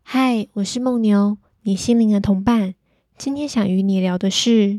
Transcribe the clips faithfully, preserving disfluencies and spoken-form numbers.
嗨，我是梦牛，你心灵的同伴。今天想与你聊的是，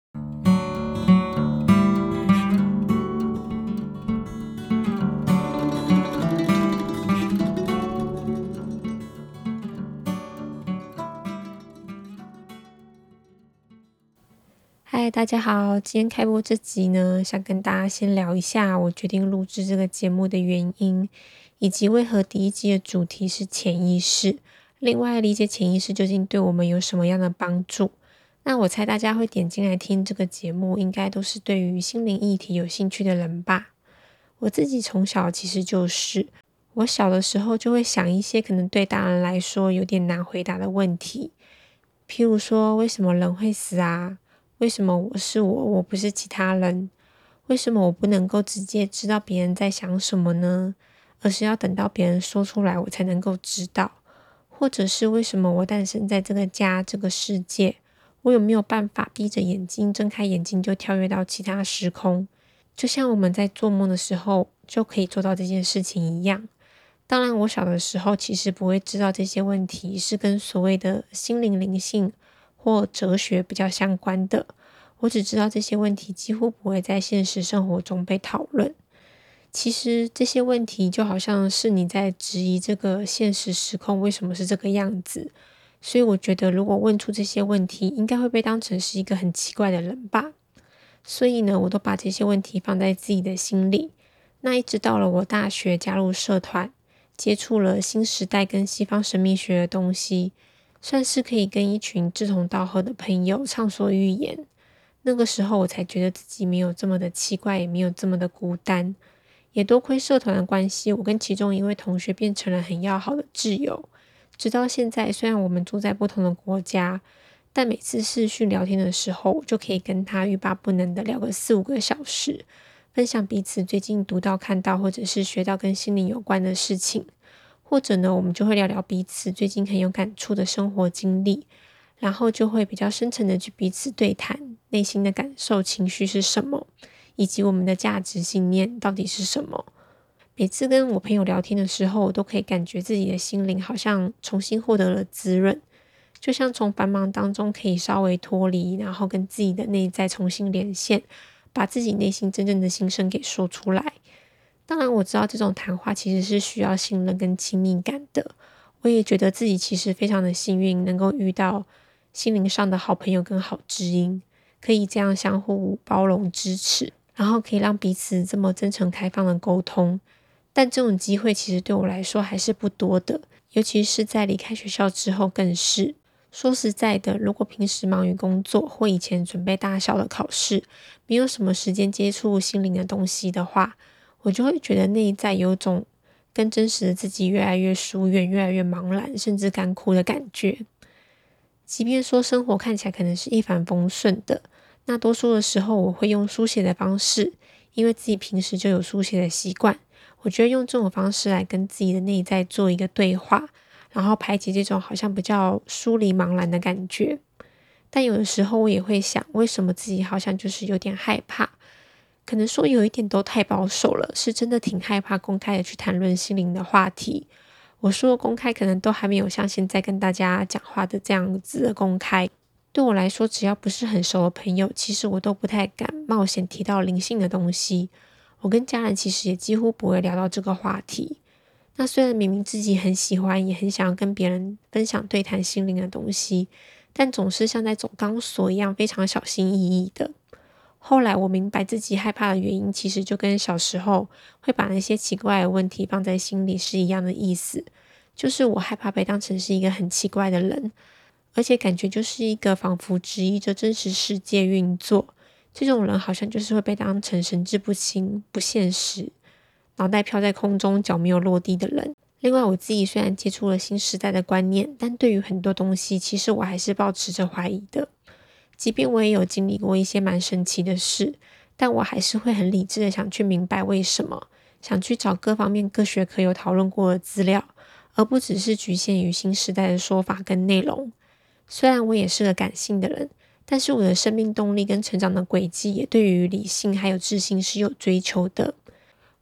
嗨，大家好，今天开播这集呢，想跟大家先聊一下我决定录制这个节目的原因，以及为何第一季的主题是潜意识。另外，理解潜意识究竟对我们有什么样的帮助？那我猜大家会点进来听这个节目，应该都是对于心灵议题有兴趣的人吧。我自己从小其实就是，我小的时候就会想一些可能对大人来说有点难回答的问题，譬如说为什么人会死啊？为什么我是我，我不是其他人？为什么我不能够直接知道别人在想什么呢？而是要等到别人说出来我才能够知道？或者是为什么我诞生在这个家这个世界，我有没有办法闭着眼睛睁开眼睛就跳跃到其他时空？就像我们在做梦的时候就可以做到这件事情一样。当然我小的时候其实不会知道这些问题是跟所谓的心灵灵性或哲学比较相关的，我只知道这些问题几乎不会在现实生活中被讨论。其实这些问题就好像是你在质疑这个现实时空为什么是这个样子，所以我觉得如果问出这些问题，应该会被当成是一个很奇怪的人吧。所以呢，我都把这些问题放在自己的心里。那一直到了我大学加入社团，接触了新时代跟西方神秘学的东西，算是可以跟一群志同道合的朋友畅所欲言。那个时候我才觉得自己没有这么的奇怪，也没有这么的孤单。也多亏社团的关系，我跟其中一位同学变成了很要好的挚友。直到现在，虽然我们住在不同的国家，但每次视讯聊天的时候，我就可以跟他欲罢不能的聊个四五个小时，分享彼此最近读到、看到或者是学到跟心灵有关的事情。或者呢，我们就会聊聊彼此最近很有感触的生活经历，然后就会比较深层的去彼此对谈内心的感受、情绪是什么，以及我们的价值信念到底是什么。每次跟我朋友聊天的时候，我都可以感觉自己的心灵好像重新获得了滋润，就像从繁忙当中可以稍微脱离，然后跟自己的内在重新连线，把自己内心真正的心声给说出来。当然我知道这种谈话其实是需要信任跟亲密感的，我也觉得自己其实非常的幸运，能够遇到心灵上的好朋友跟好知音，可以这样相互包容支持，然后可以让彼此这么真诚开放的沟通。但这种机会其实对我来说还是不多的，尤其是在离开学校之后更是。说实在的，如果平时忙于工作或以前准备大小的考试，没有什么时间接触心灵的东西的话，我就会觉得内在有种跟真实的自己越来越疏远、越来越茫然，甚至干枯的感觉。即便说生活看起来可能是一帆风顺的，那多数的时候我会用书写的方式，因为自己平时就有书写的习惯，我觉得用这种方式来跟自己的内在做一个对话，然后排解这种好像比较疏离茫然的感觉。但有的时候我也会想，为什么自己好像就是有点害怕，可能说有一点都太保守了，是真的挺害怕公开的去谈论心灵的话题。我说的公开可能都还没有像现在跟大家讲话的这样子的公开。对我来说，只要不是很熟的朋友，其实我都不太敢冒险提到灵性的东西。我跟家人其实也几乎不会聊到这个话题。那虽然明明自己很喜欢，也很想要跟别人分享对谈心灵的东西，但总是像在走钢索一样非常小心翼翼的。后来我明白自己害怕的原因，其实就跟小时候会把那些奇怪的问题放在心里是一样的意思，就是我害怕被当成是一个很奇怪的人，而且感觉就是一个仿佛质疑着真实世界运作，这种人好像就是会被当成神志不清、不现实、脑袋飘在空中、脚没有落地的人。另外我自己虽然接触了新时代的观念，但对于很多东西其实我还是抱持着怀疑的。即便我也有经历过一些蛮神奇的事，但我还是会很理智的想去明白为什么，想去找各方面各学科有讨论过的资料，而不只是局限于新时代的说法跟内容。虽然我也是个感性的人，但是我的生命动力跟成长的轨迹也对于理性还有智性是有追求的。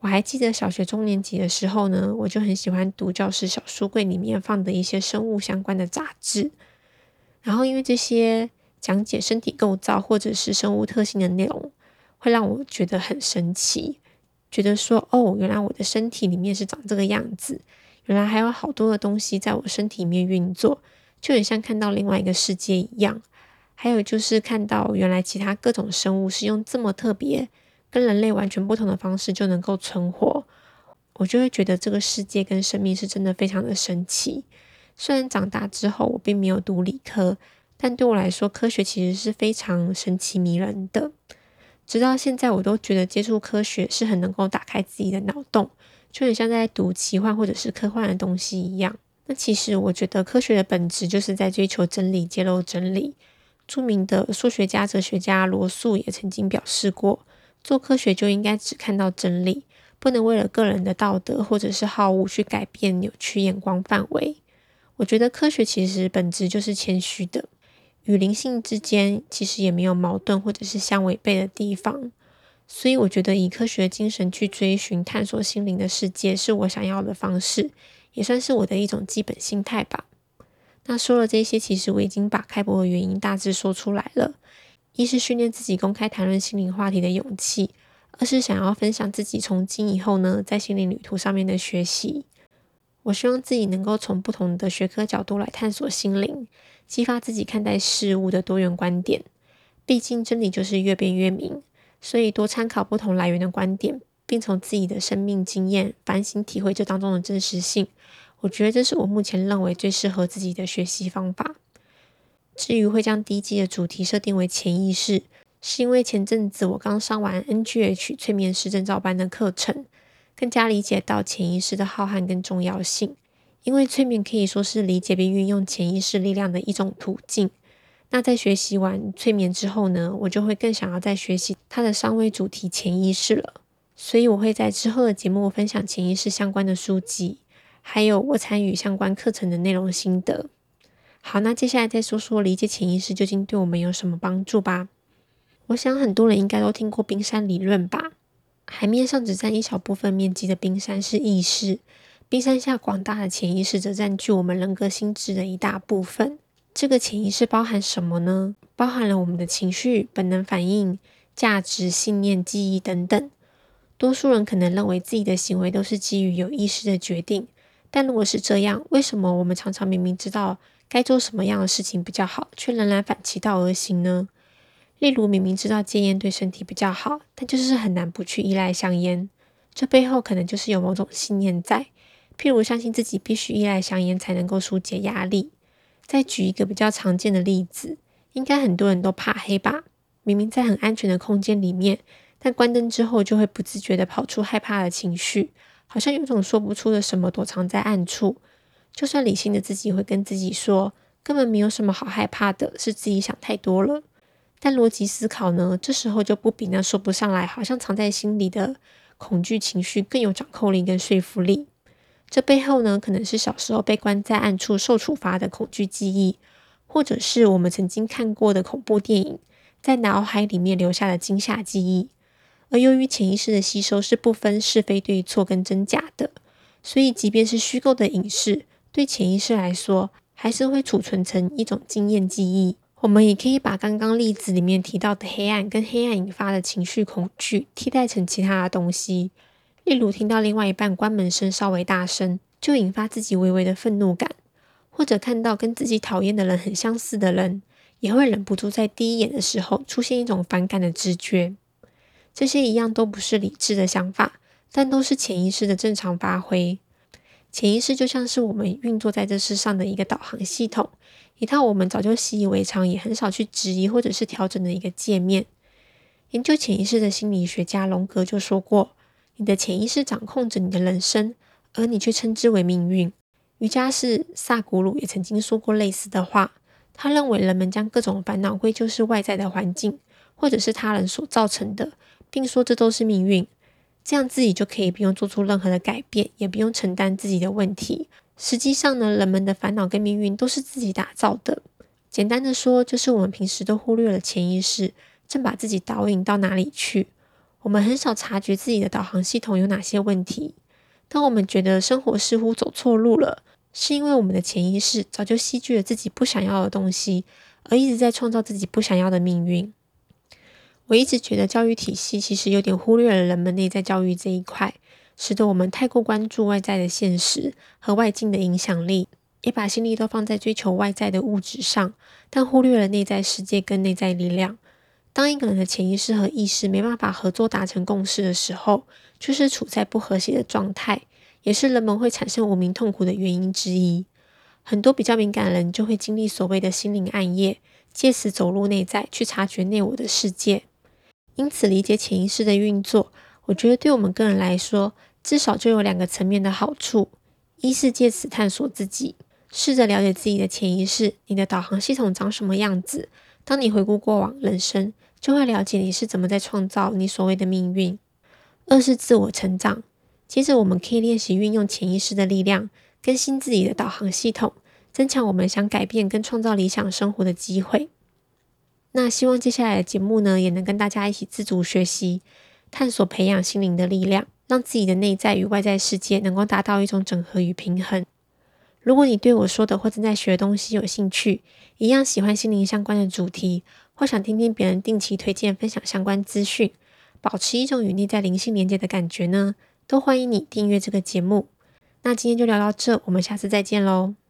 我还记得小学中年级的时候呢，我就很喜欢读教室小书柜里面放的一些生物相关的杂志。然后因为这些讲解身体构造或者是生物特性的内容，会让我觉得很神奇，觉得说哦，原来我的身体里面是长这个样子，原来还有好多的东西在我身体里面运作，就很像看到另外一个世界一样。还有就是看到原来其他各种生物是用这么特别跟人类完全不同的方式就能够存活，我就会觉得这个世界跟生命是真的非常的神奇。虽然长大之后我并没有读理科，但对我来说科学其实是非常神奇迷人的。直到现在我都觉得接触科学是很能够打开自己的脑洞，就很像在读奇幻或者是科幻的东西一样。那其实我觉得科学的本质就是在追求真理，揭露真理。著名的数学家、哲学家罗素也曾经表示过，做科学就应该只看到真理，不能为了个人的道德或者是好恶去改变扭曲眼光范围。我觉得科学其实本质就是谦虚的，与灵性之间其实也没有矛盾或者是相违背的地方。所以我觉得以科学精神去追寻探索心灵的世界是我想要的方式，也算是我的一种基本心态吧。那说了这些，其实我已经把开播的原因大致说出来了。一是训练自己公开谈论心灵话题的勇气，二是想要分享自己从今以后呢在心灵旅途上面的学习。我希望自己能够从不同的学科角度来探索心灵，激发自己看待事物的多元观点。毕竟真理就是越辩越明，所以多参考不同来源的观点，并从自己的生命经验反省体会这当中的真实性，我觉得这是我目前认为最适合自己的学习方法。至于会将第一季的主题设定为潜意识，是因为前阵子我刚上完 N G H 催眠师证照班的课程，更加理解到潜意识的浩瀚跟重要性。因为催眠可以说是理解并运用潜意识力量的一种途径。那在学习完催眠之后呢，我就会更想要再学习它的上位主题潜意识了。所以我会在之后的节目分享潜意识相关的书籍，还有我参与相关课程的内容心得。好，那接下来再说说理解潜意识究竟对我们有什么帮助吧。我想很多人应该都听过冰山理论吧。海面上只占一小部分面积的冰山是意识，冰山下广大的潜意识则占据我们人格心智的一大部分。这个潜意识包含什么呢？包含了我们的情绪、本能反应、价值、信念、记忆等等。多数人可能认为自己的行为都是基于有意识的决定，但如果是这样，为什么我们常常明明知道该做什么样的事情比较好，却仍然反其道而行呢？例如明明知道戒烟对身体比较好，但就是很难不去依赖香烟，这背后可能就是有某种信念在，譬如相信自己必须依赖香烟才能够疏解压力。再举一个比较常见的例子，应该很多人都怕黑吧，明明在很安全的空间里面，但关灯之后就会不自觉地跑出害怕的情绪，好像有种说不出的什么躲藏在暗处。就算理性的自己会跟自己说，根本没有什么好害怕的，是自己想太多了。但逻辑思考呢，这时候就不比那说不上来好像藏在心里的恐惧情绪更有掌控力跟说服力。这背后呢，可能是小时候被关在暗处受处罚的恐惧记忆，或者是我们曾经看过的恐怖电影在脑海里面留下的惊吓记忆。而由于潜意识的吸收是不分是非对错跟真假的，所以即便是虚构的影视，对潜意识来说还是会储存成一种经验记忆。我们也可以把刚刚例子里面提到的黑暗跟黑暗引发的情绪恐惧替代成其他的东西，例如听到另外一半关门声稍微大声，就引发自己微微的愤怒感，或者看到跟自己讨厌的人很相似的人，也会忍不住在第一眼的时候出现一种反感的直觉。这些一样都不是理智的想法，但都是潜意识的正常发挥。潜意识就像是我们运作在这世上的一个导航系统，一套我们早就习以为常，也很少去质疑或者是调整的一个界面。研究潜意识的心理学家荣格就说过，你的潜意识掌控着你的人生，而你却称之为命运。瑜伽士萨古鲁也曾经说过类似的话，他认为人们将各种烦恼归咎是外在的环境，或者是他人所造成的，并说这都是命运。这样自己就可以不用做出任何的改变，也不用承担自己的问题。实际上呢，人们的烦恼跟命运都是自己打造的。简单的说，就是我们平时都忽略了潜意识正把自己导引到哪里去。 我们很少察觉自己的导航系统有哪些问题。当我们觉得生活似乎走错路了，是因为我们的潜意识早就吸聚了自己不想要的东西，而一直在创造自己不想要的命运。我一直觉得教育体系其实有点忽略了人们内在教育这一块，使得我们太过关注外在的现实和外境的影响力，也把心力都放在追求外在的物质上，但忽略了内在世界跟内在力量。当一个人的潜意识和意识没办法合作达成共识的时候，就是处在不和谐的状态，也是人们会产生无名痛苦的原因之一。很多比较敏感的人就会经历所谓的心灵暗夜，借此走入内在，去察觉内我的世界。因此，理解潜意识的运作，我觉得对我们个人来说，至少就有两个层面的好处。一是借此探索自己，试着了解自己的潜意识，你的导航系统长什么样子。当你回顾过往人生，就会了解你是怎么在创造你所谓的命运。二是自我成长，接着我们可以练习运用潜意识的力量，更新自己的导航系统，增强我们想改变跟创造理想生活的机会。那希望接下来的节目呢，也能跟大家一起自主学习，探索培养心灵的力量，让自己的内在与外在世界能够达到一种整合与平衡。如果你对我说的或正在学的东西有兴趣，一样喜欢心灵相关的主题，或想听听别人定期推荐分享相关资讯，保持一种与内在灵性连接的感觉呢，都欢迎你订阅这个节目。那今天就聊到这，我们下次再见喽。